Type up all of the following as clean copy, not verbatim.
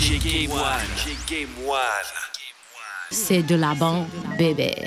DJ Game One. C'est de la bande, bébé.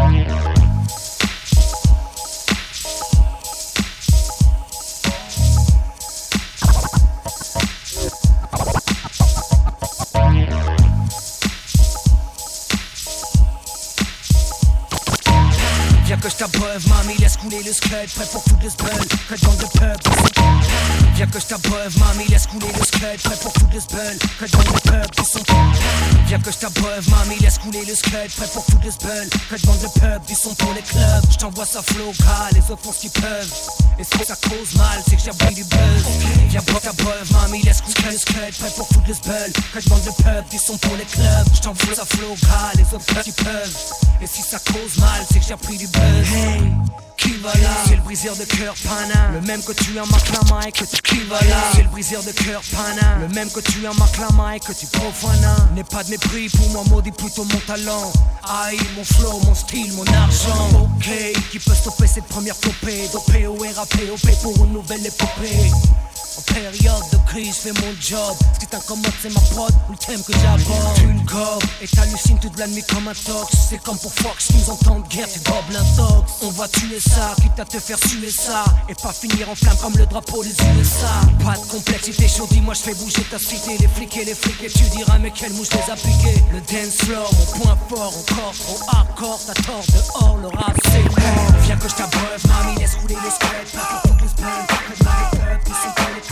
Viens que je t'abreuve, mamie, laisse couler le scud, prêt pour foutre le spell, que dans le pub. Viens que je t'abreuve, mamie, laisse couler le scud, prêt pour foutre le spell, que dans le pub du son. Viens que je t'abreuve, mamie, laisse couler le scud, prêt pour foutre le spell, que dans le pub du son pour les clubs. Je t'envoie ça flow gras, les autres font ce qu'ils peuvent. Et si ça cause mal, c'est que j'ai pris du buzz. Viens que je t'abreuve, mamie, laisse couler le scud, prêt pour foutre le spell, que dans le pub du son pour les clubs. Je t'envoie ça flow gras, les autres font ce qu'ils peuvent. Et si ça cause mal, c'est que j'ai pris du buzz. Hey, qui va là? C'est le briseur de cœur Pana, le même que tu en m'acclames et que tu qui va là? C'est le briseur de cœur Pana, le même que tu en m'acclames et que tu profanes. N'aie pas de mépris pour moi, maudit plutôt mon talent. Aïe, mon flow, mon style, mon argent. Ok, qui peut stopper cette première flopée? Dopé ou RAPOP pour une nouvelle épopée. En période de crise, je fais mon job. Ce qui t'incommode, c'est ma prod ou le thème que j'aborde. Tu me gobes et t'hallucines toute la nuit comme un tox. C'est comme pour Fox, nous en temps de guerre, tu gobes l'intox. On va tuer ça, quitte à te faire suer ça. Et pas finir en flamme comme le drapeau des USA. Pas de complexité, chaud, dis-moi, je fais bouger ta cité. Les flics, et tu diras, mais quelle mouche les a piqués. Le dance floor, mon point fort, encore trop hardcore. T'as tort dehors, le rap c'est mort. Viens que je t'abreuve, mamie, laisse rouler les squelettes. Pas pour toutes les semaines, pas que de la récup, ils sont pas les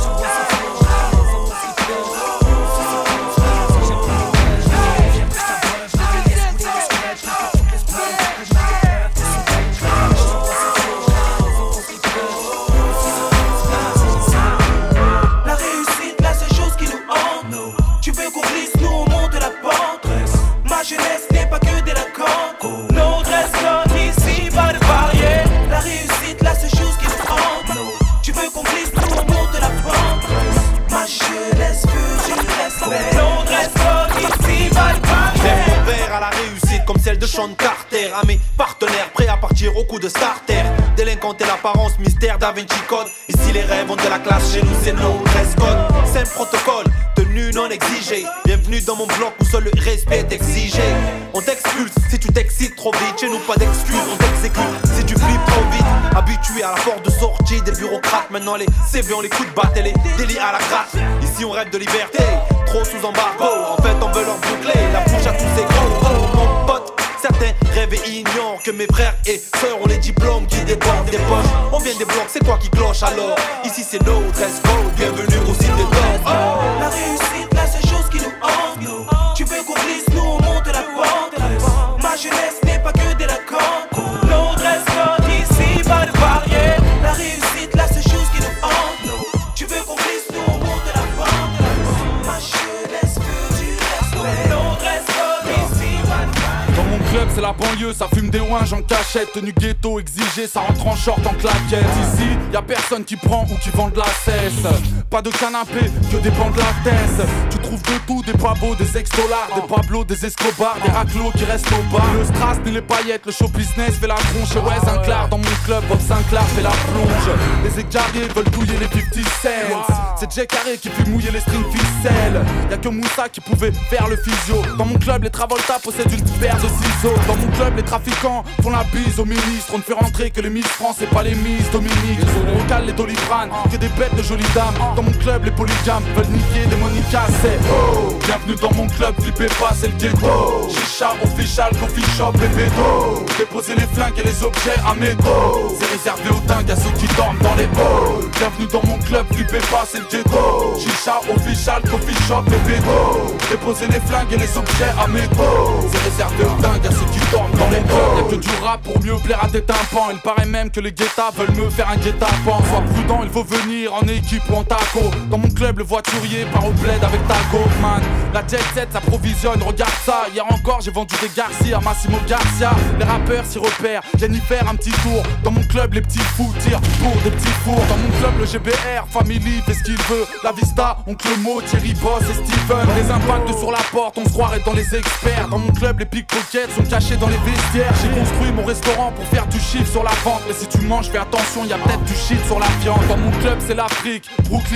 jeunesse n'est pas que délinquante. No dress code ici, pas de barrière. La réussite, la seule chose qui nous hante. Tu veux qu'on glisse, nous on monte la pente. Ma jeunesse veut du respect. No dress code ici, pas de barrière. J'aime mon verre à la réussite comme celle de Sean Carter. À mes partenaires prêts à partir au coup de starter. Délinquante et l'apparence, mystère Da Vinci Code. Ici les rêves ont de la classe, chez nous c'est no dress code. C'est un protocole, tenue non exigée. Bienvenue dans mon bloc où seul le respect est exigé. On t'expulse si tu t'excites trop vite. Chez nous pas d'excuses, on t'exécute si tu flippes trop vite. Habitué à la porte de sortie des bureaucrates. Maintenant les CV on les coups de batte et les délits à la gratte. Ici on rêve de liberté, trop sous embargo. En fait on veut leur boucler la bouche à tous ces gros. Oh mon pote, certains rêvent et ignorent que mes frères et sœurs ont les diplômes qui débordent des poches. On vient des blocs, c'est quoi qui cloche alors? Ici c'est no dress code, bienvenue au site des dogs. La réussite, la seule chose qui nous hante. Tu veux qu'on glisse, nous on monte la pente. Ma jeunesse n'est pas que délinquante. No dress code ici, pas de barrière. La réussite, la seule chose qui nous hante. Tu veux qu'on glisse, nous on monte la pente. Ma jeunesse veut du respect. No dress code ici, pas de barrière. Dans mon club c'est la banlieue, ça fume des ouinges en cachette. Tenue ghetto exigée, ça rentre en short en claquette. Ici, y'a personne qui prend ou qui vend de la cesse. Pas de canapé, que des bancs de la tête. Tu trouves de tout, des pabos, des ex-dollars, des Pablo, des Escobar, des raclos qui restent au bar. Le strass ni les paillettes, le show business fait la tronche. Et ouais, Sinclair dans mon club, Bob Sinclair fait la plonge. Les égarés veulent touiller les 50 cents. C'est Jay Carré qui fait mouiller les strings ficelles. Y'a que Moussa qui pouvait faire le physio. Dans mon club, les Travolta possèdent une paire de ciseaux. Dans mon club, les trafiquants font la bise aux ministres. On ne fait rentrer que les 1000 francs, c'est pas les mises Dominique. On cale les Doliprane, que des bêtes de jolies dames. Dans mon club, les polygames veulent niquer des Monica. C'est oh, bienvenue dans mon club, flippez pas, c'est le ghetto. Chicha, official, coffee shop, les bédos. Déposer les flingues et les objets à mes dos. C'est réservé aux dingues, à ceux qui dorment dans les halls. Bienvenue dans mon club, flippez pas, c'est le ghetto. Chicha, official, coffee shop, les bédos. Déposer les flingues et les objets à mes dos. C'est réservé aux dingues, à ceux qui dorment dans les halls. Y'a que du rap pour mieux plaire à des tympans. Il paraît même que les guettas veulent me faire un guet-apens. Sois prudent, il faut venir en équipe ou en taco. Dans mon club, le voiturier part au bled avec ta man. La jet set s'approvisionne, regarde ça. Hier encore, j'ai vendu des Garcia, Massimo Garcia. Les rappeurs s'y repèrent, viennent y faire un petit tour. Dans mon club, les petits fous tirent pour des petits fours. Dans mon club, le GBR, Family fait ce qu'il veut. La Vista, Oncle Mo, Thierry Boss et Steven. Les impacts sur la porte, on se croirait dans les experts. Dans mon club, les pickpockets sont cachés dans les vestiaires. J'ai construit mon restaurant pour faire du chiffre sur la vente. Mais si tu manges, fais attention, y a peut-être du shit sur la viande. Dans mon club, c'est l'Afrique, Brooklyn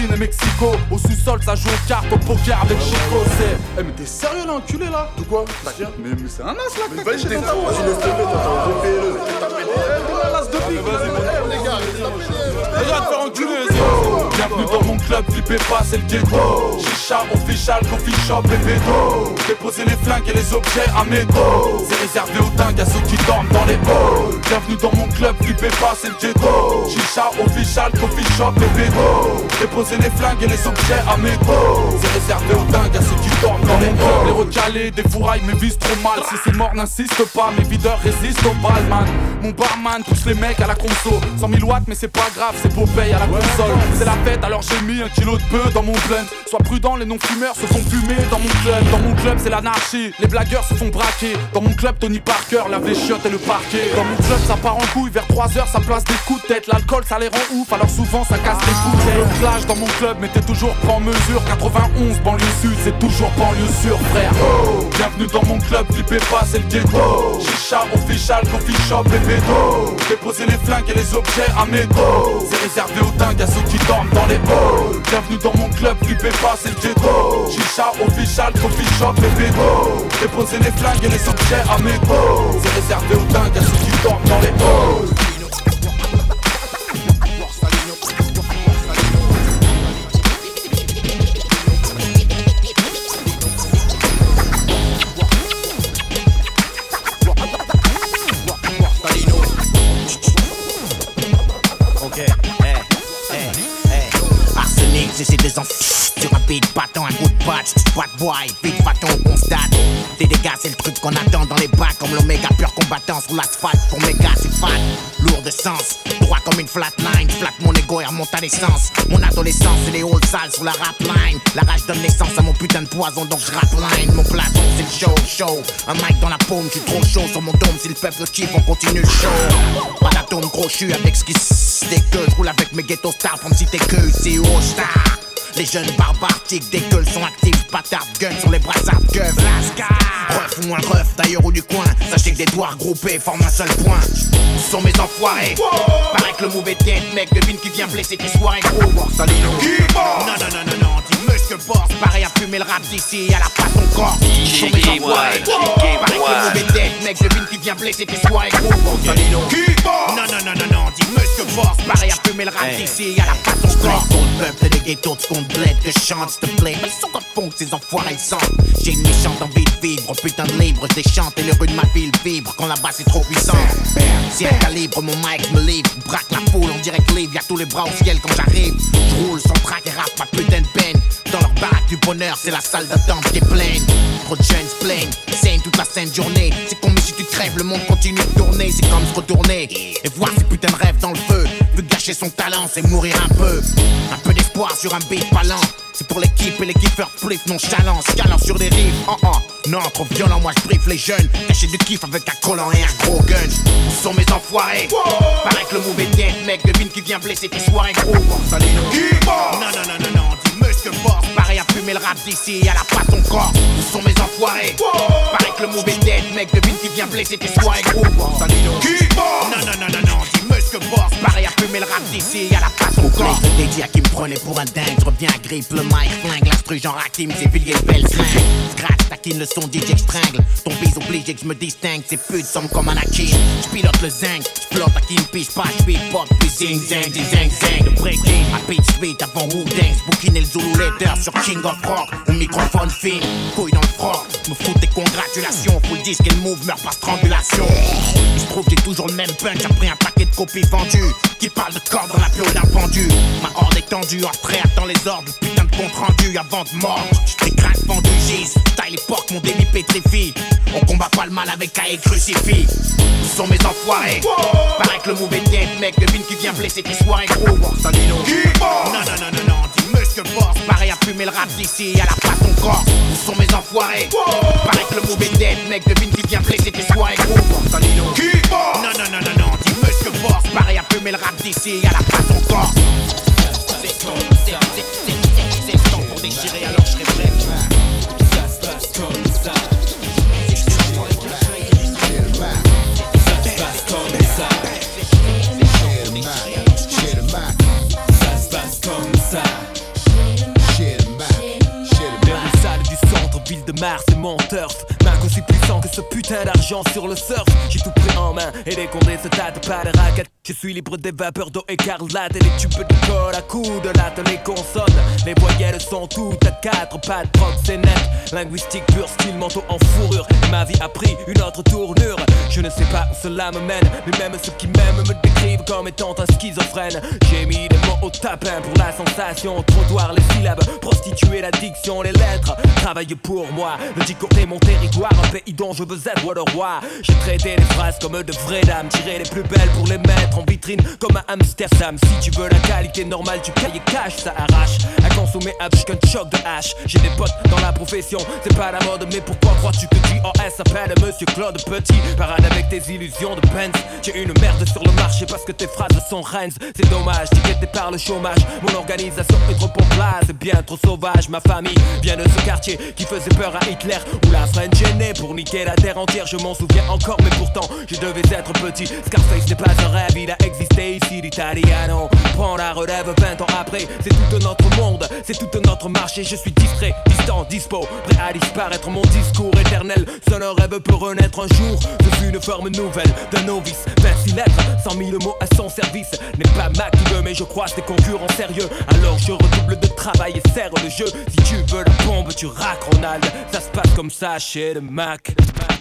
Argentine et Mexico. Au sous-sol, ça joue aux cartes, au poker avec Chico. C'est. Eh, mais t'es sérieux là, enculé là? De quoi? Mais c'est un as là, que t'as chez toi. Vas-y, laisse tomber, t'as repayé-le. Donne-la l'as de pique. Vas-y, les gars, Déjà de faire enculer. Bienvenue dans mon club, flippez pas, c'est le ghetto. Chicha, official, coffee shop et bédo. Déposer les flingues et les objets à mes dos. C'est réservé aux dingues, à ceux qui dorment dans les halls. Bienvenue dans mon club, flippez pas, c'est le ghetto. Chicha, official, coffee shop et bédo. Déposer les flingues et les objets à mes dos. C'est réservé aux dingues, à ceux qui dorment dans les halls. Les recalés, des fourrailles, mais visent trop mal. Si c'est mort, n'insiste pas, mes videurs résistent au bal, man. Mon barman pousse les mecs à la conso. 100 000 watts, mais c'est pas grave, c'est Popeye à la console. C'est la fête, alors j'ai mis 1 kilo de bœuf dans mon blend. Sois prudent, les non-fumeurs se font fumer dans mon club. Dans mon club, c'est l'anarchie, les blagueurs se font braquer. Dans mon club, Tony Parker lave les chiottes et le parquet. Dans mon club, ça part en couille, vers 3h, ça place des coups de tête. L'alcool, ça les rend ouf, alors souvent, ça casse les bouteilles. Le clash dans mon club, mais t'es toujours pas en mesure. 91, banlieue sud, c'est toujours banlieue sûre, frère. Bienvenue dans mon club, flippez pas, c'est le ghetto. Chicha, official, coffee shop et bédo. Déposer les flingues et les objets à mes dos. C'est réservé aux dingues, à ceux qui dorment dans les halls. Bienvenue dans mon club, flippez pas, c'est le ghetto. Chicha, official, coffee shop et bédo. Déposer les flingues et les objets à mes dos. C'est réservé aux dingues, à ceux qui dorment dans les halls. C'est des enfants sur un beat battant un coup de patch. Pas de voix et vite va-t-on on constate. Des dégâts c'est le truc qu'on attend dans les bacs. Comme l'oméga pur combattant sur l'asphalte. Pour méga c'est fat, lourd de sens. Droit comme une flatline, flatte mon ego et remonte à l'essence. Mon adolescence c'est les halls sales sur la rap line. La rage donne naissance à mon putain de poison donc je rap line. Mon platon c'est le show. Un mic dans la paume, je suis trop chaud sur mon dôme. Si le peuple kiffe on continue le show. Pas d'atome gros, je suis avec ce qui c'est que je roule avec mes ghetto stars. Comme si t'es que c'est au star. Les jeunes barbares tic des gueules sont actifs, bâtards gun sur les brassards de gueule. Ref ou un ref d'ailleurs ou du coin. Sachez que des doigts regroupés forment un seul point. Ce sont mes enfoirés. Paraît que le mauvais tête, mec, devine qui vient blesser tes soirées gros. Borsalino. Non, dis Monsieur Boss, pareil à fumer le rap d'ici, à la pas ton corps. Ce sont mes enfoirés. Paraît que le mauvais tête, mec, devine qui vient blesser tes soirées gros. Borsalino. Non, dis Monsieur Boss, pareil à fumer le rap d'ici, à la pas ton corps. Peuple des ghettos de compte bled que chante s'il te plaît. Mais ils sont comme fond que ces enfoirés sentent. J'ai une méchante envie de vivre, oh putain de libre, je déchante et les rues de ma ville vibrent quand la basse est trop puissante. Si un calibre, mon mic me livre, braque la foule, on dirait que livre, y'a tous les bras au ciel quand j'arrive. Je roule sans trac et rap ma putain de peine. Dans leur baraque du bonheur, c'est la salle d'attente qui est pleine. Trop de jeunes se plaignent, scène toute la sainte journée. C'est comme si tu crèves, le monde continue de tourner. C'est comme se retourner et voir ces putains de rêves dans le feu. Vu gâcher son talent, c'est mourir un peu d'espoir sur un beat pas lent. C'est pour l'équipe et les kiffeurs plus nonchalants. Scalant sur des rives, non, trop violent, moi je briefe les jeunes. Caché du kiff avec un collant et un gros gun. Où sont mes enfoirés? Paraît que le mauvais tête, mec, devine qui vient blesser tes soirées gros. Borsalino. Non, dis Monsieur Boss, pareil à fumer le rap d'ici, à la pas ton corps. Où sont mes enfoirés? Paraît que le mauvais tête, mec, devine qui vient blesser tes soirées gros. Borsalino. Non, dis Monsieur Boss, pareil à fumer le rap d'ici, à la pas ton corps. Dédié à qui me prenait pour un dingue, je reviens à grippe, le mic flingue, l'instru genre Hakim, c'est Villiers belle flingue. Scratch, taquine le son DJ j'stringle. Ton bise obligé que je me distingue, ces putes sommes comme Anakin. J'pilote le zinc, j'flotte à qui ne pige pas, j'beatpop, puis zing zing, zing. Le breaking, à beat street avant Wu-Dang, bouquiner le Zulu Leader sur King of Rock. Au microphone fin, couille dans le froc. Me fous tes congratulations, full disque et le move meurt par strangulation. Il se trouve j'ai toujours le même punch après un paquet de copies vendues. Qui parle de corps dans la peau d'un pendu. Ma horde est tendue, hors prêt, attends les ordres. Putain de compte rendu avant de mort. J't'ai craque pendu, gise. Taille l'époque, mon délit pétrifie. On combat pas le mal avec cahier crucifix. Ce sont mes enfoirés. Paraît que le mauvais tête, mec, devine qui vient blesser tes soirées gros. Borsalino. Non, dis Monsieur Boss, pareil à fumer le rap d'ici, à la pas ton corps. Où sont mes enfoirés? Paraît que le mauvais tête, mec, devine qui vient blesser tes soirées gros. Borsalino. Non, dis Monsieur Boss, pareil à fumer le rap d'ici, à la pas ton corps. C'est le temps pour déchirer, alors je serai prêt. Ça se passe comme ça. ville de Mars, c'est mon turf. Mac aussi puissant que ce putain d'argent sur le surf. J'ai tout pris en main et les condés se tâtent pas de raquettes. Je suis libre des vapeurs d'eau écarlate et les tubes de colle à coups de latte. Les consonnes, les voyelles sont toutes à quatre pattes. Proxénète, linguistique pur, style manteau en fourrure. Et ma vie a pris une autre tournure. Je ne sais pas où cela me mène, mais même ceux qui m'aiment me décrivent comme étant un schizophrène. J'ai mis des mots au tapin pour la sensation. Trottoir, les syllabes, prostituer la diction, les lettres. Travaille pour moi, le dico est mon territoire. Un pays dont je veux être le roi. J'ai traité les phrases comme de vraies dames, tiré les plus belles pour les mettre en vitrine comme un Amsterdam. Si tu veux la qualité normale du cahier cash, ça arrache à consommer avec un choc de hache. J'ai des potes dans la profession, c'est pas la mode, mais pourquoi crois-tu que JOS s'appelle Monsieur Claude Petit? Parade avec tes illusions de Benz. J'ai une merde sur le marché parce que tes phrases sont Rennes. C'est dommage, tiqueté par le chômage. Mon organisation est trop en place, c'est bien trop sauvage. Ma famille vient de ce quartier qui faisait peur à Hitler, où la French est née pour niquer la terre entière. Je m'en souviens encore, mais pourtant je devais être petit. Scarface n'est pas un rêve, il a existé ici, l'Italiano. Prends la relève 20 ans après, c'est tout notre monde, c'est tout notre marché. Je suis distrait, distant, dispo, prêt à disparaître. Mon discours éternel, seul un rêve peut renaître un jour. Je suis une forme nouvelle d'un novice, 26 lettres, 100 000 mots à son service. N'est pas Mac qui veut, mais je croise tes concurrents sérieux. Alors je redouble de travail et serre le jeu. Si tu veux la bombe, tu raques Ronald. Ça se passe comme ça chez le Mac.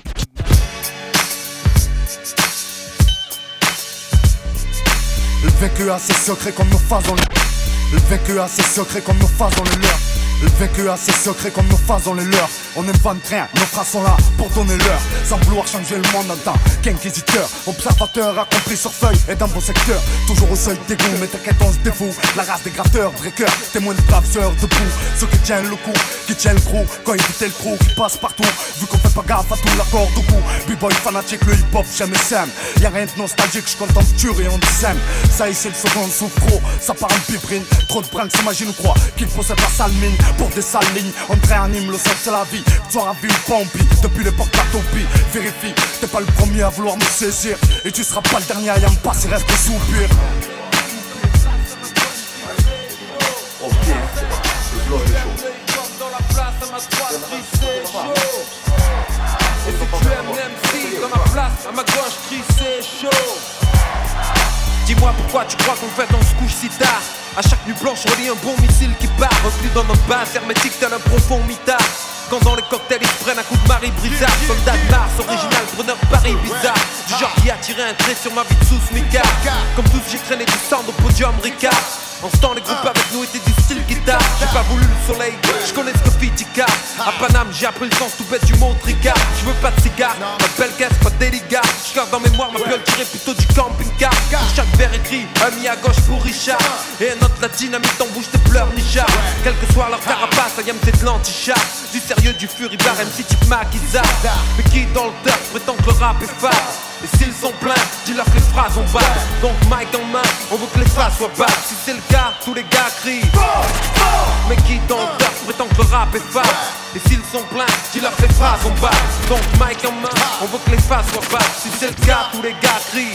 Le vécu a ses secrets comme nos faces dans le... Le vécu a ses secrets comme nos faces dans le leur. Le vécu a ses secrets comme nos faces dans les leurs. On n'invente rien, nos phrases sont là pour donner l'heure. Sans vouloir changer le monde en tant qu'inquisiteur. Observateur accompli sur feuille et dans vos secteurs. Toujours au seuil d'égout, mais t'inquiète on se défoule. La race des gratteurs, breakers, témoins de braveurs debout. Ceux qui tiennent le coup, qui tiennent le crew. Quand ils quittent le crew, qui passe partout. Vu qu'on fait pas gaffe à tout, la corde au cou. B-boy fanatique, le hip-hop, j'aime et sème. Y'a rien de nostalgique, j'contente tuer et on sème. Ça y c'est le second souffro, ça part en piperine. Trop de pranks s'imaginent ou croient qu'il possède la sale mine. Pour des sales lignes, on réanime le sens c'est la vie. Tu auras vu une pompi, depuis l'époque de la topie. Vérifie, t'es pas le premier à vouloir me saisir. Et tu seras pas le dernier à y en passer, reste de soupir. Ok, le bloc est chaud. Dans la place à ma droite, c'est chaud. Et si tu aimes l'MC, dans ma place à ma gauche, c'est chaud. Dis-moi pourquoi tu crois qu'en fait on se couche si tard. À chaque nuit blanche, on lit un bon missile qui part. Repli dans notre base hermétique tel un profond mitard. Quand dans les cocktails ils se prennent un coup de Marie Brizard. Soldat de Mars, original, preneur Paris bizarre. Du genre qui a tiré un trait sur ma vie de sous-smicard. Comme tous j'ai traîné du sang au podium Ricard. En ce temps les groupes avec nous étaient du style guitare. J'ai pas voulu le soleil, je connais ce que fit Ticard. À Paname j'ai appris le sens tout bête du mot tricard. Je veux pas de cigare, pas de belle caisse, pas de délicat. Je garde en mémoire ma gueule tirée plutôt du camping-car. Pour chaque verre écrit, un mis à gauche pour Richard. Et un autre la dynamite en bouche tes pleurs nichard. Quel que soit leur carapace, I am c'est de l'anti-chat. Du sérieux, du furibar, MC type Maquisa. Mais qui dans le turf prétend que le rap est fade. Et s'ils sont pleins, dis-leur que les phrases on bat. Donc mic en main, on veut que les phrases soient basses. Si c'est le cas, tous les gars crient. Mais qui dans le turf prétend que le rap est fade. Et s'ils sont pleins, dis-leur que les phrases on bat. Donc mic en main, on veut que les phrases soient basses. Si c'est le cas, tous les gars crient.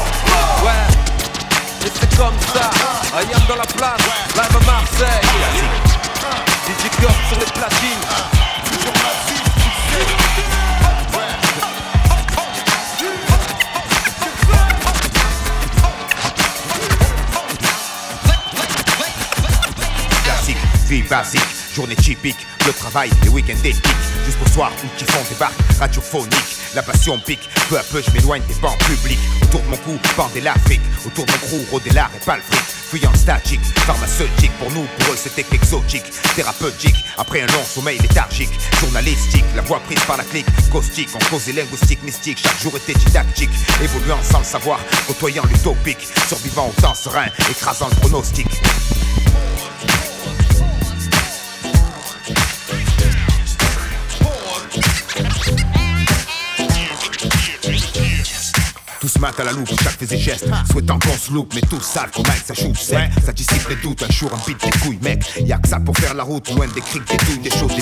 Ouais, et c'est comme ça. I am dans la place, live à Marseille. DJ Club sur les platines. Toujours massif, tu sais. Vie basique, journée typique, le travail, les week-ends éthiques. Jusqu'au soir où qui font débarque, radiophonique. La passion pique, peu à peu je m'éloigne des bancs publics. Autour de mon cou, pendait l'Afrique. Autour de mon crew, rôder l'art et pas le fric. Fuyant statique, pharmaceutique. Pour nous, pour eux c'était exotique. Thérapeutique, après un long sommeil léthargique. Journalistique, la voix prise par la clique. Caustique, en causé linguistique, mystique. Chaque jour était didactique, évoluant sans le savoir. Côtoyant l'utopique, survivant au temps serein. Écrasant le pronostic. Tous matent à la loupe, chaque fait ses gestes, souhaitant qu'on se loupe, mais tous savent qu'on aille, ça joue sec. Ça dissipe les doutes, un jour un beat des couilles, mec. Y'a que ça pour faire la route, loin des criques, des douilles, des choses, des bises.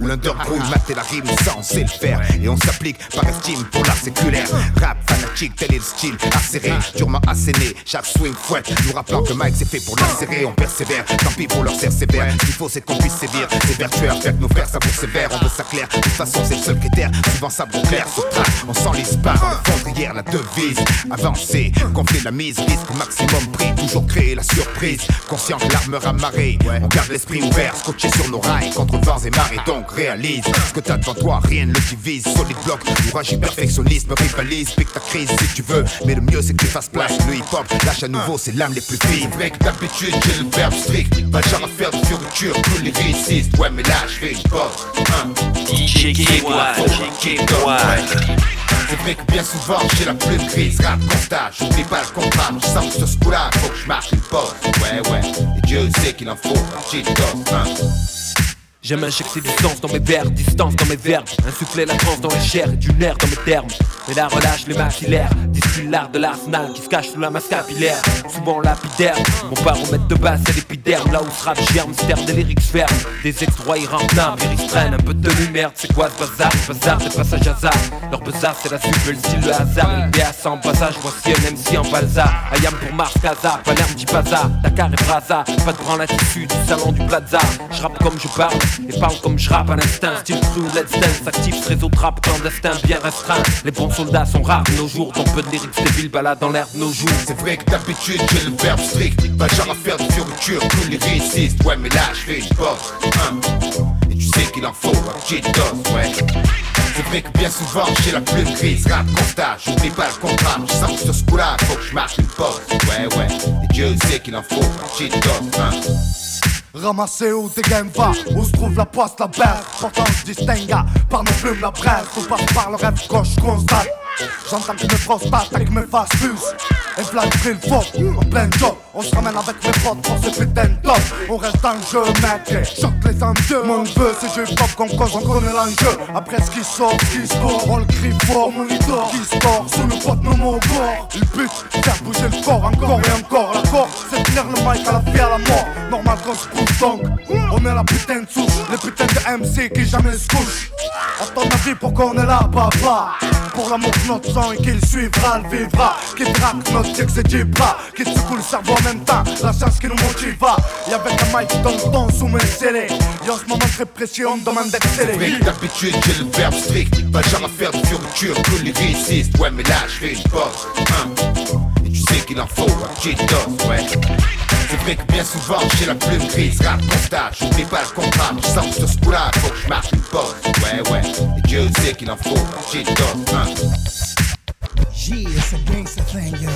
où l'underground matait la rime, ça on sait le faire. Et on s'applique par estime pour l'art séculaire. Rap fanatique, tel est le style, acéré, durement asséné. Chaque swing fouette, nous rappelant que Mike c'est fait pour l'acérer. On persévère, tant pis pour leur serre sévère. Ce qu'il faut c'est qu'on puisse sévir, c'est vertueux, faire que nos frères savourent sévère. On veut ça clair, de toute façon c'est le seul critère. Souvent ça vaut clair, ce track, on s'enlise pas. Le fondrière, la devise, avancer, gonfler la mise, risque maximum prix, toujours créer la surprise. Conscient que l'armure amarrée, on garde l'esprit ouvert, scotché sur nos rails, contre vents et marées. Donc réalise ce que t'as devant toi, rien ne le divise. Solide bloc, courage et perfectionnisme, rivalise, pique ta crise si tu veux. Mais le mieux c'est que tu fasses place, le hip-hop lâche à nouveau ses lames les plus fines. C'est vrai que d'habitude j'ai le verbe strict, pas le genre à faire de fioritures, que les réussissent. Ouais mais là je fais une pause. DJ Game One, DJ Game One. C'est vrai que bien souvent j'ai la plume grise, rap constat, j'oublie pas le contrat. Je sens que ce coup-là, faut que je marque une pause. Ouais, et Dieu sait qu'il en faut un petit dose, J'aime injecter du sens dans mes vers, distance dans mes verbes, insuffler la transe dans les chairs et du nerf dans mes termes. Mais là relâche les maxillaires, distille l'art de l'arsenal qui se cache sous la masse capillaire. Souvent lapidaire, mon baromètre de base c'est l'épiderme. Là où ce rap germe, sterne des lyrics fermes. Des extroits irremplables, lyrics traînent, un peu de tenue merde. C'est quoi ce bazar? Le bazar c'est passage hasard. Leur bazar c'est la suite, le style, le hasard. Et le BA en passage, voici un MC en balsa. Ayam pour Mars, Casa, Palerme dit Paza, Dakar et Braza. Pas de branle à tissu du salon du Plaza. Je rappe comme je parle et parle comme je rappe à l'instinct. Style crew, let's dance, actif ce réseau de rap clandestin bien restreint. Les bons soldats sont rares de nos jours, ton peu de lyrics débiles balade dans l'air de nos jours. C'est vrai que d'habitude j'ai le verbe strict, pas le genre à faire de fioritures, que les réussissent. Ouais mais là je fais une pause, et tu sais qu'il en faut un petit dose, ouais. C'est vrai que bien souvent j'ai la plume grise, rap constat, j'oublie pas le contrat. Je sens que sur ce coup-là, faut que je marque une pause, ouais, et Dieu sait qu'il en faut un petit dose, Ramasser où tes games va, où se trouve la poisse, la bête. Pourtant je distingue par nos plumes la brève. Tout passe par le rêve quand je constate. J'entends que mes prostates avec mes faces fusent. Et v'là le prix le faux, en plein job. On se ramène avec mes potes pour ce putain de top. On reste dans le jeu, mec, choque les envieux. Mon neveu, c'est jeu pop qu'on cause, on connaît l'enjeu. Après ce qui sort, ce qui se porte, on le crie fort, mon idole qui se tord, sous le pote, nos mots corps. Le but, faire bouger le corps, encore et encore. L'accord, c'est tenir le mic à la vie à la mort. Normal qu'on se pousse donc, on est la putain de souche. Les putains de MC qui jamais se couchent. À ton avis, pourquoi on est là, papa? Pour l'amour de notre sang et qu'il suivra, le vivra. Qui traque notre dick, c'est du bras. Qui secoue le cerveau en même temps, la chance qui nous motiva. Et avec un mic dans le temps sous mes scellés. Et en ce moment très précieux, on me demande d'exceller. C'est vrai que d'habitude j'ai le verbe strict, pas le genre à faire de fioritures, que les réussissent. Ouais mais là je fais une pause, et tu sais qu'il en faut un petit dose, ouais. C'est vrai que bien souvent j'ai la plume grise, rap constat, j'oublie pas le contrat. Je sens que sur ce coup-là, faut que je marque une pause, ouais, et Dieu sait qu'il en faut un petit dose, Yeah, c'est gangsta thing, yo.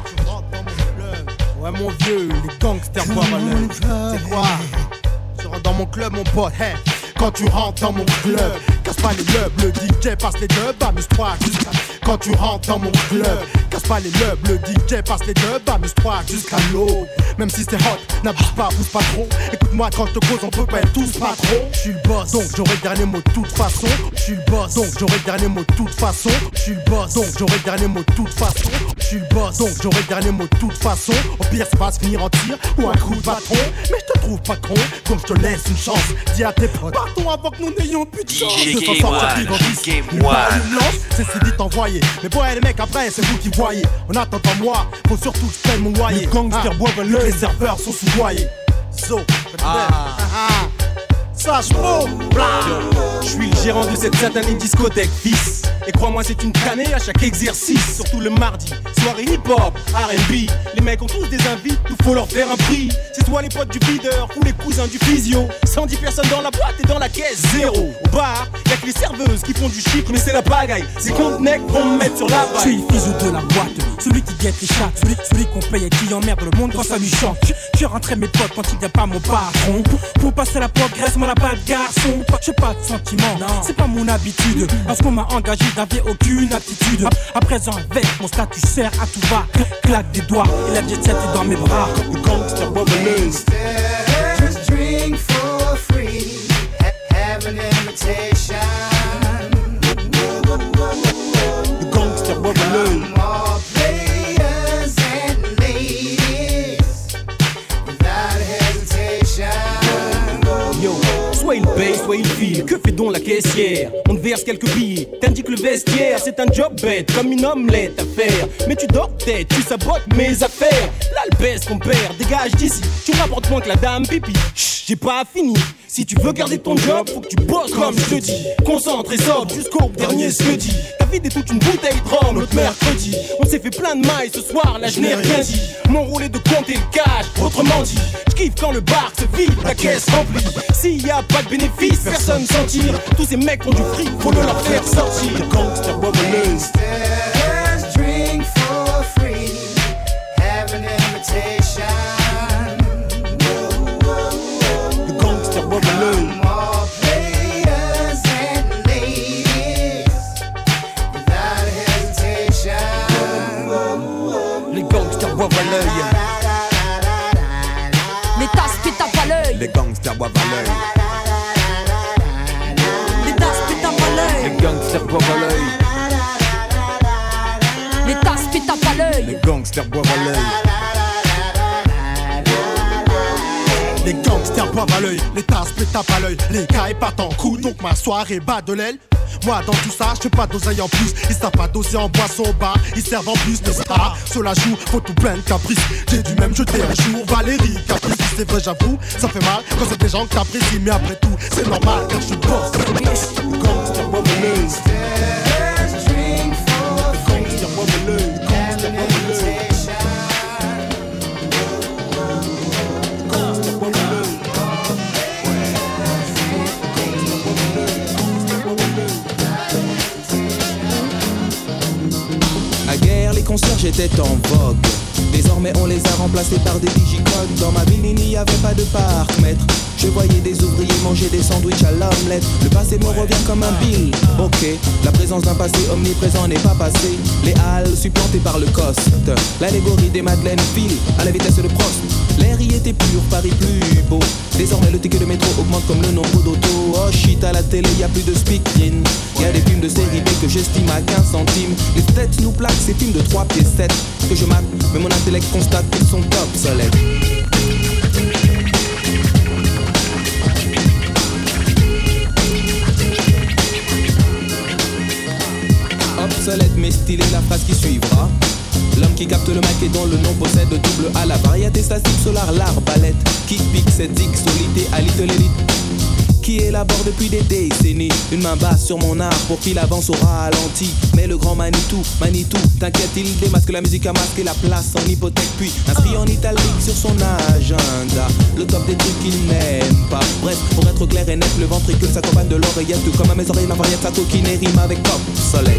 Ouais, mon vieux, les gangsters boivent à l'œil. C'est quoi? Je rentre dans mon club, mon pote, hey. Quand tu rentres dans mon club, casse pas les meubles, le DJ passe les dubs, amuse-toi jusqu'à. Quand tu rentres dans mon club, casse pas les meubles, le DJ passe les dubs, amuse-toi jusqu'à l'eau. Même si c'est hot, n'abuse pas, pousse pas trop. Écoute-moi quand je te cause, on peut pas être tous patrons. Je suis le boss, donc j'aurai le dernier mot de toute façon. Je suis le boss, donc j'aurai le dernier mot de toute façon. Je suis le boss, donc j'aurai le dernier mot de toute façon. Je suis le boss, donc j'aurai le dernier mot de toute façon. Au pire, ça va se finir en tir ou un coup de patron. Mais je te trouve pas con, donc je te laisse une chance. Dis à tes potes, partons avant que nous n'ayons plus de chance. DJ Game One, c'est si dit envoyé. Mais bon, les mecs, après, c'est vous qui voyez. On attend pas moi, faut surtout que je paye mon loyer. Les gangsters boivent le, les serveurs sont sous-voyés. So, Sache mot, je suis le gérant de cette satanée discothèque, fils. Et crois-moi, c'est une tannée à chaque exercice. Surtout le mardi, soirée hip-hop, R&B. Les mecs ont tous des invites, il faut leur faire un prix. C'est soit les potes du leader ou les cousins du physio. 110 personnes dans la boîte et dans la caisse, zéro. Au bar, y'a que les serveuses qui font du chiffre, mais c'est la pagaille. Ces comptes mecs vont me mettre sur la vague. Je suis le physio de la boîte, celui qui guette les chats, celui qu'on paye et qui emmerde le monde quand ça lui chante. Je rentrais mes potes quand il vient pas mon patron. Pour passer la progresse, moi n'a pas de garçon. J'ai pas de sentiments, c'est pas mon habitude. Parce qu'on m'a engagé, j'avais aucune aptitude. À présent avec mon statut sert à tout va. Claque des doigts et la jet set est dans mes bras. Le gangster bubbles. Drink for free, have an invitation. The gangster bubbles. More players and ladies, without hesitation. Yo, soit il paye, soit il file. Que fais donc la caissière. On te verse quelques billets, t'indiques le vestiaire. C'est un job bête, comme une omelette à faire. Mais tu dors tête, tu sabotes mes affaires. Là le baisse ton père, dégage d'ici. Tu rapportes moins que la dame pipi. Chut, j'ai pas fini. Si tu veux garder ton job, faut que tu bosses comme je te dis. Concentre et sobre jusqu'au dernier jeudi. Ta vie est toute une bouteille de rhum l'autre mercredi. On s'est fait plein de mailles ce soir, là je n'ai rien dit. Mon rôle est de compter le cash, autrement dit. J'kiffe quand le bar se vide, la caisse remplie. S'il y a pas de bénéfice, personne s'en tire. Tous ces mecs ont du fric, faut le leur faire sortir. Gangster Bubbles. Drink for free, have an invitation. More players and ladies, without hesitation. Les gangsters boivent à l'œil. Les tasses pétapent à l'œil. Les gangsters boivent à l'œil. Les tasses pétapent à l'œil. Les gangsters boivent à l'œil. Les tasses pétapent à l'œil. Les gangsters boivent à l'œil. Les gangsters boivent à l'œil, les tasses pétapent à l'œil. Les gars épatent en coups, donc ma soirée bat de l'aile. Moi dans tout ça, je fais pas d'oseille en plus. Ils savent pas doser en boisson au bar, ils servent en plus de ça. Sur la joue, faut tout plein de caprices. J'ai dû même jeter un jour Valérie Caprice. C'est vrai j'avoue, ça fait mal quand c'est des gens que t'apprécies. Mais après tout, c'est normal car je suis boss. Gangster boivent à l'œil. Drink for free, Gangster boivent à l'œil. have an invitation. Naguère, les concierges étaient en vogue. Désormais on les a remplacés par des digicodes. Dans ma ville il n'y avait pas de parc-mètre. Je voyais des ouvriers manger des sandwichs à l'omelette. Le passé me revient comme un bill. Ok, la présence d'un passé omniprésent n'est pas passé. Les halles supplantées par le coste. L'allégorie des madeleines file à la vitesse de Prost. L'air y était pur, Paris plus beau. Désormais le ticket de métro augmente comme le nombre d'autos. Oh shit, à la télé y a plus de speakerine. Y a des films de série B que j'estime à 15 centimes. Les têtes nous plaquent ces films de 3 pieds 7 que je mate, mais mon intellect constate qu'ils sont obsolètes. Obsolète mais stylé la phrase qui suivra. L'homme qui capte le mic et dont le nom possède double A. La variété statique solar, l'arbalète qui pique cette zig solité à l'élite. Qui élabore depuis des décennies une main basse sur mon art pour qu'il avance au ralenti. Mais le grand Manitou, t'inquiète, il démasque la musique à masquer la place en hypothèque. Puis inscrit en italique sur son agenda le top des trucs qu'il n'aime pas. Bref, pour être clair et net, le ventricule s'accompagne de l'oreillette. Tout comme à mes oreilles, la variette, sa coquine rime avec obsolète.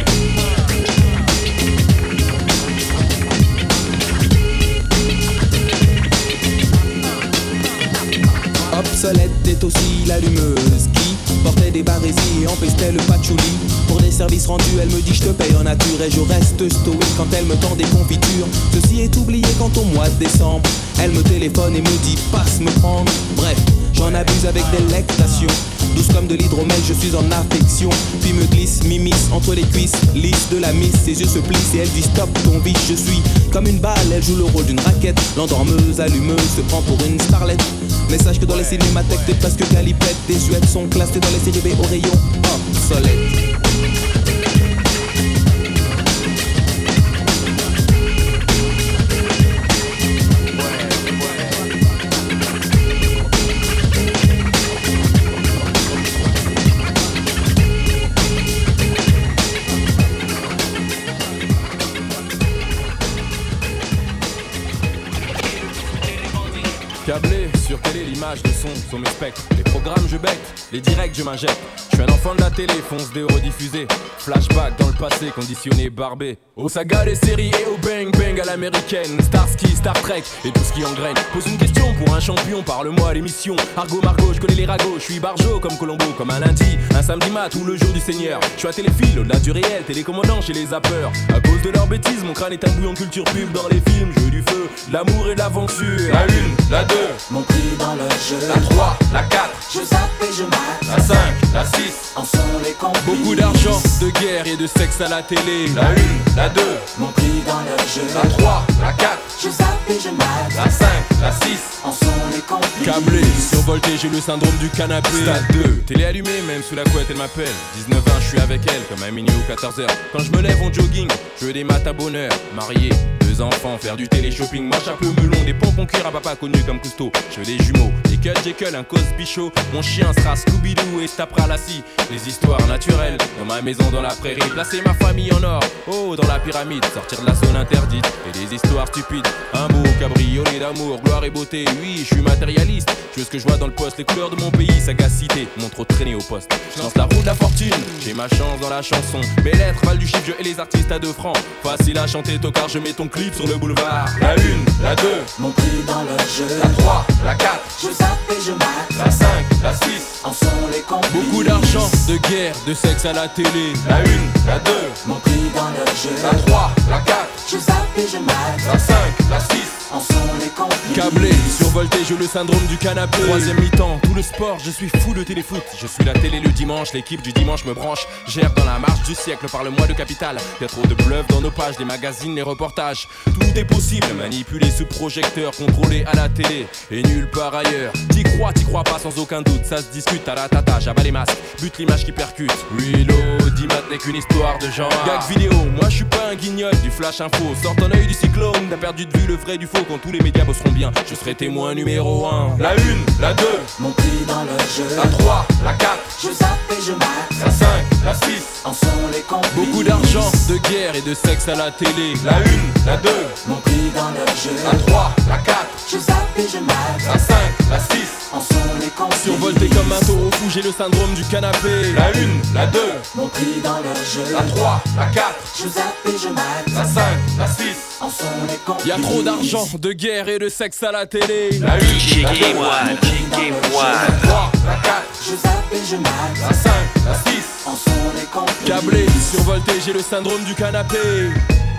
Obsolète est aussi l'allumeuse qui portait des barésies et empestait le patchouli. Pour des services rendus, elle me dit je te paye en nature et je reste stoïque quand elle me tend des confitures. Ceci est oublié quand au mois de décembre, elle me téléphone et me dit passe me prendre. Bref, j'en abuse avec délectation. Douce comme de l'hydromel, je suis en affection. Puis me glisse, m'immisce entre les cuisses, lisse de la miss, ses yeux se plissent et elle dit stop ton vice. Je suis comme une balle, elle joue le rôle d'une raquette. L'endormeuse, allumeuse, se prend pour une starlette. Mais sache que dans les cinémathèques, t'es presque calipette. Tes suettes sont classées dans les séries B au rayon obsolète. Câblé sur télé, l'image, le son sont mes spectres. Les programmes je bec, les directs je m'injecte. Je suis un enfant de la télé, fonce des rediffusés. Flashback dans le passé, conditionné, barbé. Aux sagas, les séries et au bang bang à l'américaine. Starsky, Star Trek et tout ce qui engraine. Pose une question pour un champion, parle-moi à l'émission. Argot, Margot, je connais les ragots. Je suis barjo comme Colombo, comme un lundi, un samedi mat ou le jour du Seigneur. Je suis à téléphile, au-delà du réel, télécommandant chez les zappeurs. À cause de leurs bêtises, mon crâne est un bouillon de culture pub dans les films. Jeu du feu, l'amour et l'aventure. La 1, la 2, mon prix dans le jeu. La 3, la 4, je zappe et je mate. La 5, la 6, en sont les complices. Beaucoup d'argent, de guerre et de sexe à la télé. La 1, la 2, mon prix dans le jeu. La 3, la 4, je zappe zappe et je mate. La 5, la 6, en sont les complices. câblé, survolté, j'ai le syndrome du canapé. Stade 2, télé allumée, même sous la couette elle m'appelle. 19 ans, je suis avec elle, comme à minuit ou 14h. Quand je me lève en jogging, je veux des maths à bonheur. Marié, 2 enfants, faire du télé-shopping. Moi chapeau melon, des pompons cuir à papa connu comme Cousteau. Je veux des jumeaux, des cut Jekyll, un Cosby Show. Mon chien sera Scooby-Doo et se tapera la scie. Les histoires naturelles, dans ma maison dans la prairie. Placer ma famille en or, oh dans la pyramide. Sortir de la zone interdite et des histoires stupides. Un beau cabriolet d'amour, gloire et beauté. Oui, je suis matérialiste, je veux ce que je vois dans le poste. Les couleurs de mon pays, sagacité, mon trop traîné au poste. Je lance la roue de la fortune, j'ai ma chance dans la chanson. Mes lettres valent du chiffre, je et les artistes à 2 francs. Facile à chanter, tocard, je mets ton clip sur le boulevard. La 1, la 2, mon prix dans le jeu. La 3, la 4, je zappe et je mate. La 5, la 6, en sont les complices. Beaucoup d'argent, de guerre, de sexe à la télé. La 1, la 2, mon prix dans le jeu. La 3, la 4, je zappe et je mate. La 5, la 6, en sont les complices. câblé, survolté, j'ai le syndrome du canapé. 3e mi-temps, tout le sport, je suis fou de téléfoot. Je suis la télé le dimanche, l'équipe du dimanche me branche. Gère dans la marche du siècle, parle-moi de capital. Y'a trop de bluff dans nos pages, les magazines, les reportages. Tout est possible, manipulé sous projecteur, contrôlé à la télé et nulle part ailleurs. T'y crois pas sans aucun doute, ça se discute à la tata, j'abats les masques, bute l'image qui percute. Reload, Dimat n'est qu'une histoire de genre. Gag vidéo, moi je suis pas un guignol du flash info. Sors ton œil du cyclone, t'as perdu de vue le vrai du faux. Quand tous les médias bosseront bien, je serai témoin numéro 1. La 1, la 2, mon prix dans le jeu. La 3, la 4, je zappe et je mate. La 5, la 6, en sont les complices. Beaucoup d'argent, de guerre et de sexe à la télé. La 1, la 2, mon prix dans le jeu. La 3, la 4, je zappe et je mate. La 5, la 6, en sont les complices. survolté comme un taureau fou, j'ai le syndrome du canapé. La 1, la 2, mon prix dans le jeu. La 3, la 4, je zappe et je mate. La 5, la 6, en sont les complices. y'a trop d'argent, de guerre et de sexe à la télé. La 1, DJ Game One, DJ Game One. La 3, la 4, je zappe et je mate. La 5, la 6, en sont les complices. câblé, survolté, j'ai le syndrome du canapé.